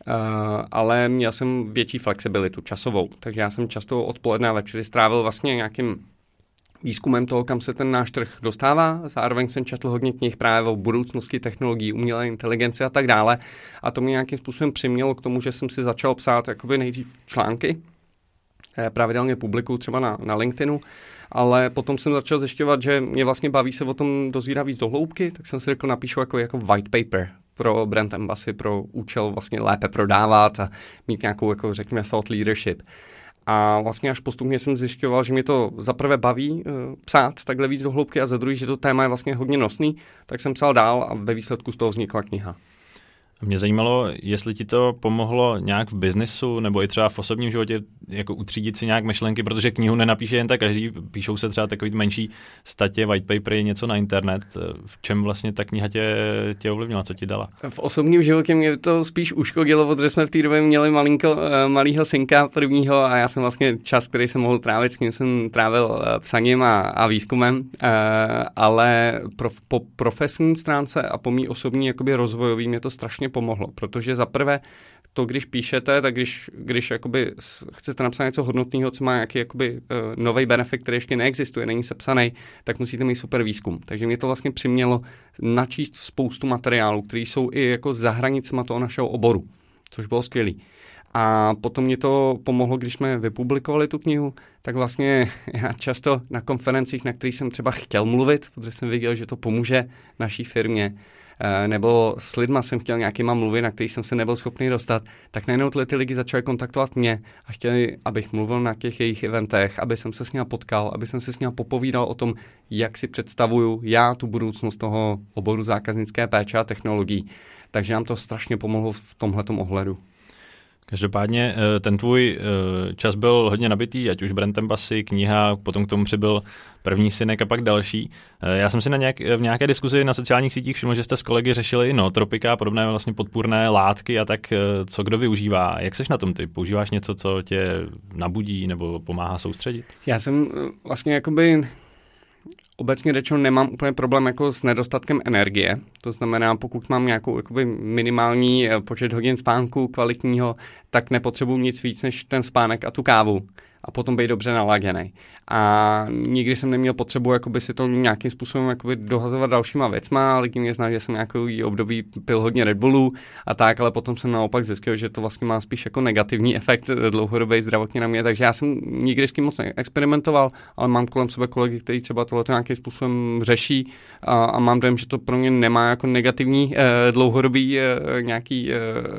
ale měl jsem větší flexibilitu časovou, takže já jsem často odpoledne a večery strávil vlastně nějakým výzkumem toho, kam se ten náš trh dostává. Zároveň jsem četl hodně knih právě o budoucnosti technologií, umělé inteligence a tak dále. A to mě nějakým způsobem přimělo k tomu, že jsem si začal psát jakoby nejdřív články. Pravidelně publikuju třeba na LinkedInu, ale potom jsem začal zjišťovat, že mě vlastně baví se o tom dozvídat víc do hloubky, tak jsem si řekl, napíšu jako white paper pro brand embassy, pro účel vlastně lépe prodávat a mít nějakou, jako řekněme, thought leadership. A vlastně až postupně jsem zjišťoval, že mě to za prvé baví psát takhle víc do hloubky a za druhý, že to téma je vlastně hodně nosný, tak jsem psal dál a ve výsledku z toho vznikla kniha. Mě zajímalo, jestli ti to pomohlo nějak v biznesu nebo i třeba v osobním životě jako utřídit si nějak myšlenky, protože knihu nenapíše jen tak každý, píšou se třeba takový menší statě, white papery, něco na internet. V čem vlastně ta kniha tě ovlivnila, co ti dala? V osobním životě mě to spíš uškodilo, protože jsme v té době měli malýho synka prvního a já jsem vlastně čas, který jsem mohl trávit, s ním jsem trávil psaním a výzkumem, ale po profesní stránce a po mý osobní jakoby rozvojový mě to strašně pomohlo, protože za prvé to, když píšete, tak když jakoby chcete napsat něco hodnotného, co má nějaký jakoby nový benefit, který ještě neexistuje, není sepsaný, tak musíte mít super výzkum. Takže mě to vlastně přimělo načíst spoustu materiálů, které jsou i jako za hranicema toho našeho oboru, což bylo skvělý. A potom mě to pomohlo, když jsme vypublikovali tu knihu, tak vlastně já často na konferencích, na kterých jsem třeba chtěl mluvit, protože jsem viděl, že to pomůže naší firmě, nebo s lidma jsem chtěl nějakýma mluvit, na kterých jsem se nebyl schopný dostat, tak najednou ty lidi začali kontaktovat mě a chtěli, abych mluvil na těch jejich eventech, aby jsem se s ním potkal, aby jsem se s ním popovídal o tom, jak si představuju já tu budoucnost toho oboru zákaznické péče a technologií. Takže nám to strašně pomohlo v tomhletom ohledu. Každopádně ten tvůj čas byl hodně nabitý, ať už brand embassy, kniha, potom k tomu přibyl první synek a pak další. Já jsem si v nějaké diskuzi na sociálních sítích všiml, že jste s kolegy řešili i nootropika, podobné vlastně podpůrné látky a tak, co kdo využívá. Jak seš na tom ty? Používáš něco, co tě nabudí nebo pomáhá soustředit? Já jsem vlastně jakoby obecně řečeno nemám úplně problém jako s nedostatkem energie. To znamená, pokud mám nějakou jakoby minimální počet hodin spánku kvalitního, tak nepotřebuji nic víc než ten spánek a tu kávu a potom být dobře naladěnej. A nikdy jsem neměl potřebu jakoby si to nějakým způsobem jakoby dohazovat dalšíma věcma, lidi mě znají, že jsem nějaký období pil hodně Red Bullů a tak, ale potom jsem naopak zjistil, že to vlastně má spíš jako negativní efekt dlouhodobý zdravotně na mě, takže já jsem nikdy s tím moc neexperimentoval, ale mám kolem sebe kolegy, kteří třeba tohleto nějakým způsobem řeší a mám dojem, že to pro mě nemá jako negativní dlouhodobý nějaký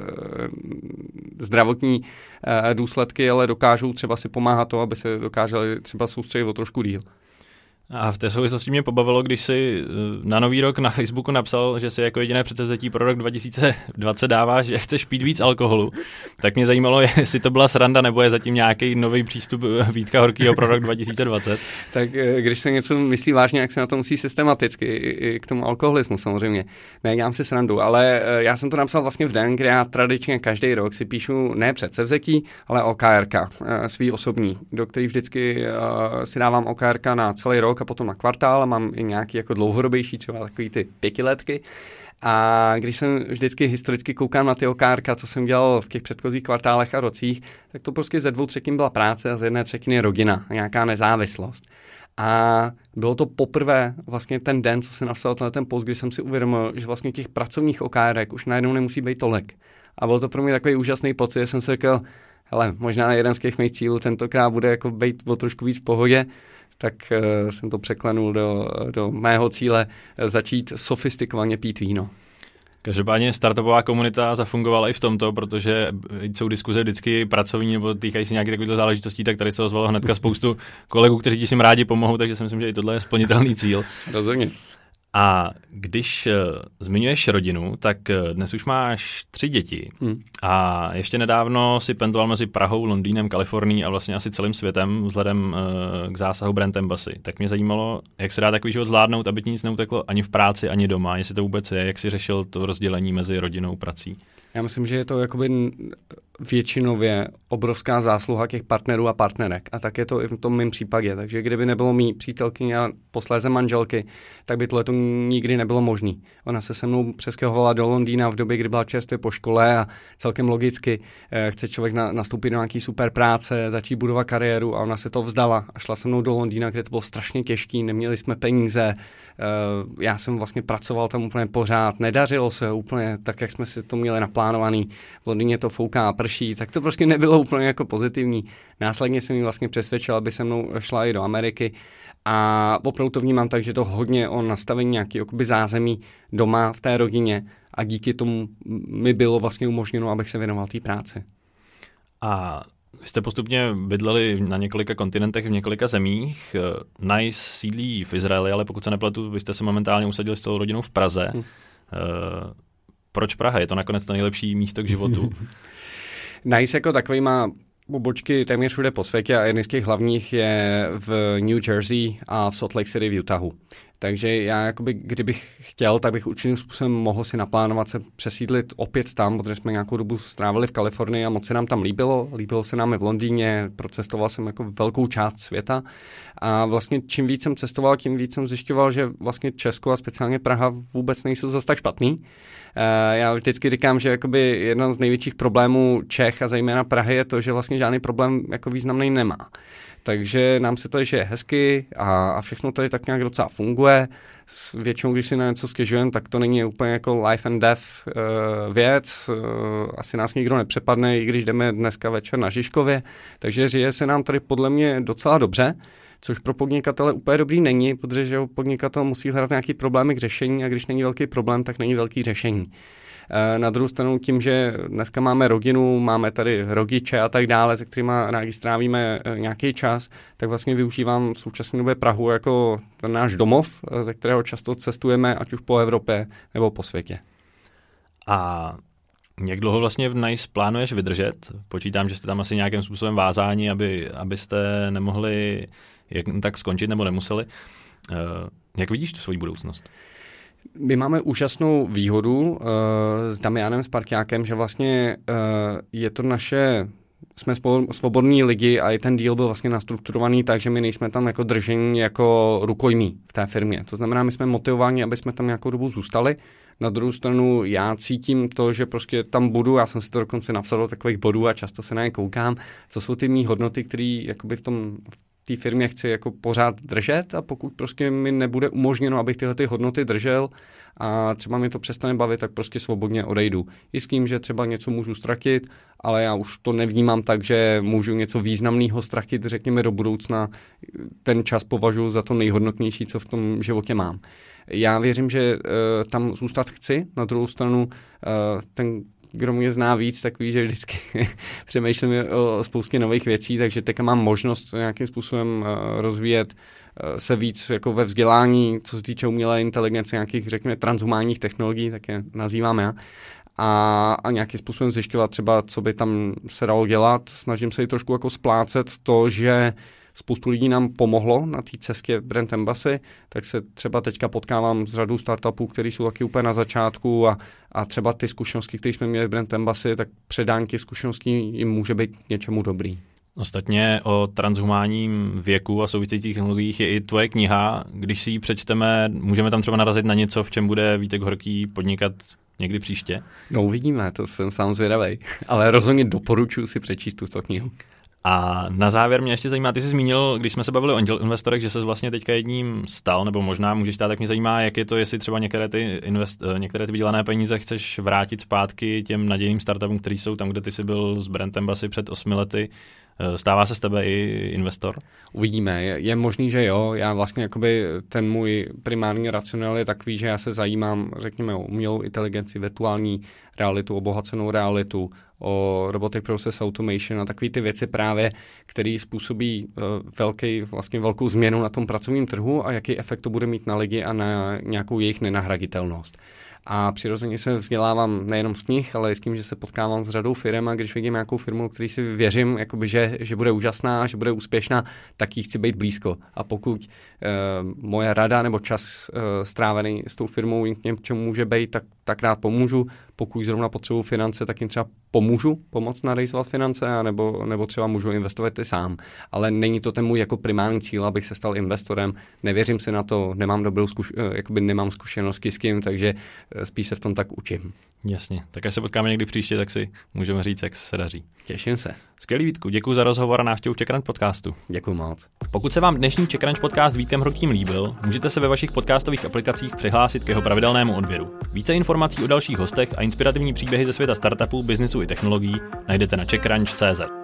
zdravotní důsledky, ale dokážou třeba si pomáhat to, aby se dokázali třeba soustředit o trošku díl. A v té souvislosti mě pobavilo, když si na Nový rok na Facebooku napsal, že si jako jediné předsevzetí pro rok 2020 dáváš, že chceš pít víc alkoholu. Tak mě zajímalo, jestli to byla sranda, nebo je zatím nějaký nový přístup Vítka Horkýho pro rok 2020. Tak když se něco myslí vážně, jak se na to musí systematicky, i k tomu alkoholismu samozřejmě. Ne, dělám si srandu, ale já jsem to napsal vlastně v den, kdy já tradičně každý rok si píšu ne předsevzetí, ale OKRka, svý osobní, do kterých vždycky si dávám OKRka na celý rok a potom na kvartál a mám i nějaký jako dlouhodobější, třeba takový ty 5letky. A když jsem vždycky historicky koukám na ty OKRka, co jsem dělal v těch předchozích kvartálech a rocích, tak to prostě ze 2/3 byla práce a ze 1/3 rodina, nějaká nezávislost. A bylo to poprvé vlastně ten den, co jsem napsal ten post, kdy jsem si uvědomil, že vlastně těch pracovních OKRek už najednou nemusí být tolik. A byl to pro mě takový úžasný pocit, že jsem si řekl, hele, možná jeden z těch mých cílů tentokrát bude jako být o trošku víc v pohodě, tak jsem to překlenul do mého cíle začít sofistikovaně pít víno. Každopádně startupová komunita zafungovala i v tomto, protože jsou diskuze vždycky pracovní nebo týkají se nějakých takovýchto záležitostí, tak tady se ozvalo hnedka spoustu kolegů, kteří ti s tím rádi pomohou, takže si myslím, že i tohle je splnitelný cíl. Rozhodně. A když zmiňuješ rodinu, tak dnes už máš 3 děti a ještě nedávno si pendloval mezi Prahou, Londýnem, Kalifornií a vlastně asi celým světem vzhledem k zásahu brand embassy. Tak mě zajímalo, jak se dá takový život zvládnout, aby ti nic neuteklo ani v práci, ani doma, jestli to vůbec je, jak jsi řešil to rozdělení mezi rodinou a prací. Já myslím, že je to jakoby většinově obrovská zásluha těch partnerů a partnerek. A tak je to i v tom mém případě. Takže kdyby nebylo mý přítelkyně a posléze manželky, tak by tohle nikdy nebylo možné. Ona se se mnou přestěhovala do Londýna v době, kdy byla čerstvě po škole a celkem logicky chce člověk nastoupit do nějaký super práce, začít budovat kariéru a ona se to vzdala a šla se mnou do Londýna, kde to bylo strašně těžký, neměli jsme peníze, já jsem vlastně pracoval tam úplně pořád, nedařilo se úplně tak, jak jsme si to měli naplánovaný, v Londýně to fouká a prší, tak to prostě nebylo úplně jako pozitivní. Následně jsem ji vlastně přesvědčil, aby se mnou šla i do Ameriky a opravdu to vnímám tak, že to hodně o nastavení nějaký jakoby zázemí doma v té rodině a díky tomu mi bylo vlastně umožněno, abych se věnoval té práci. A vy jste postupně bydleli na několika kontinentech v několika zemích. Nice sídlí v Izraeli, ale pokud se nepletu, vy jste se momentálně usadili s tou rodinou v Praze. Proč Praha? Je to nakonec to nejlepší místo k životu? Nice jako takový má pobočky téměř všude po světě a jeden z těch hlavních je v New Jersey a v Salt Lake City v Utahu. Takže já jakoby, kdybych chtěl, tak bych určitým způsobem mohl si naplánovat se přesídlit opět tam, protože jsme nějakou dobu strávili v Kalifornii a moc se nám tam líbilo. Líbilo se nám i v Londýně, procestoval jsem jako velkou část světa a vlastně čím víc jsem cestoval, tím víc jsem zjišťoval, že vlastně Česko a speciálně Praha vůbec nejsou zase tak špatný. Já vždycky říkám, že jakoby jeden z největších problémů Čech a zejména Prahy je to, že vlastně žádný problém jako významný nemá. Takže nám se tady žije hezky a všechno tady tak nějak docela funguje. Většinou, když si na něco stěžujeme, tak to není úplně jako life and death věc. Asi nás nikdo nepřepadne, i když jdeme dneska večer na Žižkově. Takže žije se nám tady podle mě docela dobře, což pro podnikatele úplně dobrý není, protože podnikatel musí hledat nějaký problémy k řešení a když není velký problém, tak není velký řešení. Na druhou stranu tím, že dneska máme rodinu, máme tady rodiče a tak dále, se kterými rádi strávíme nějaký čas, tak vlastně využívám v současné době Prahu jako ten náš domov, ze kterého často cestujeme, ať už po Evropě nebo po světě. A jak dlouho vlastně v Nice plánuješ vydržet? Počítám, že jste tam asi nějakým způsobem vázáni, abyste nemohli tak skončit nebo nemuseli. Jak vidíš tu svoji budoucnost? My máme úžasnou výhodu s Damianem Sparťákem, že vlastně je to naše, jsme svobodní lidi a i ten deal byl vlastně nastrukturovaný tak, že my nejsme tam jako držení jako rukojmí v té firmě. To znamená, my jsme motivováni, aby jsme tam nějakou dobu zůstali. Na druhou stranu já cítím to, že prostě tam budu, já jsem si to dokonce napsal do takových bodů a často se na ně koukám, co jsou ty mý hodnoty, které jakoby v té firmě chci jako pořád držet a pokud prostě mi nebude umožněno, abych tyhle ty hodnoty držel a třeba mi to přestane bavit, tak prostě svobodně odejdu. I s tím, že třeba něco můžu ztratit, ale já už to nevnímám tak, že můžu něco významného ztratit, řekněme do budoucna. Ten čas považuji za to nejhodnotnější, co v tom životě mám. Já věřím, že tam zůstat chci, na druhou stranu kdo mě zná víc, tak ví, že vždycky přemýšlím o spoustě nových věcí, takže teď mám možnost nějakým způsobem rozvíjet se víc jako ve vzdělání, co se týče umělé inteligence, nějakých, řekněme, transhumánních technologií, tak je nazývám já. A nějakým způsobem zjišťovat třeba, co by tam se dalo dělat. Snažím se i trošku jako splácet to, že spoustu lidí nám pomohlo na té cestě Brand Embassy, tak se třeba teďka potkávám s řadou startupů, které jsou taky úplně na začátku a třeba ty zkušenosti, které jsme měli v Brand Embassy, tak předání těch zkušeností jim může být něčemu dobrý. Ostatně o transhumánním věku a souvisejících technologiích je i tvoje kniha. Když si ji přečteme, můžeme tam třeba narazit na něco, v čem bude Vítek Horký podnikat někdy příště? No uvidíme, to jsem sám zvědavej, ale rozhodně doporučuji si přečíst tuto knihu. A na závěr mě ještě zajímá, ty jsi zmínil, když jsme se bavili o angel investorech, že se vlastně teďka jedním stal, nebo možná můžeš stát, tak mě zajímá, jak je to, jestli třeba některé ty vydělané peníze chceš vrátit zpátky těm nadějným startupům, kteří jsou tam, kde ty jsi byl s Brand Embassy před 8 lety. Stává se z tebe i investor? Uvidíme, je možný, že jo. Já vlastně jakoby ten můj primární racionál je takový, že já se zajímám, řekněme, o umělou inteligenci, virtuální realitu, obohacenou realitu, o robotic process automation a takové ty věci právě, které způsobí velkou změnu na tom pracovním trhu a jaký efekt to bude mít na lidi a na nějakou jejich nenahraditelnost. A přirozeně se vzdělávám nejenom z knih, ale i s tím, že se potkávám s řadou firem a když vidím nějakou firmu, který si věřím, jakoby, že bude úžasná, že bude úspěšná, tak jí chci být blízko. A pokud moje rada nebo čas strávený s tou firmou k něčemu může být, tak rád pomůžu. Pokud zrovna potřebuji finance, tak jim třeba pomůžu pomoct narejzovat finance, nebo třeba můžu investovat i sám. Ale není to ten můj jako primární cíl, abych se stal investorem. Nevěřím si na to, nemám zkušenosti s tím, takže spíš se v tom tak učím. Jasně, tak až se potkáme někdy příště, tak si můžeme říct, jak se daří. Těším se. Skvělý, Vítku, děkuji za rozhovor a návštěvu Czech Crunch podcastu. Děkuji moc. Pokud se vám dnešní Czech Crunch podcast s Vítkem Horkým líbil, můžete se ve vašich podcastových aplikacích přihlásit k jeho pravidelnému odběru. Více informací o dalších hostech a inspirativní příběhy ze světa startupů, biznisu i technologií najdete na czechcrunch.cz.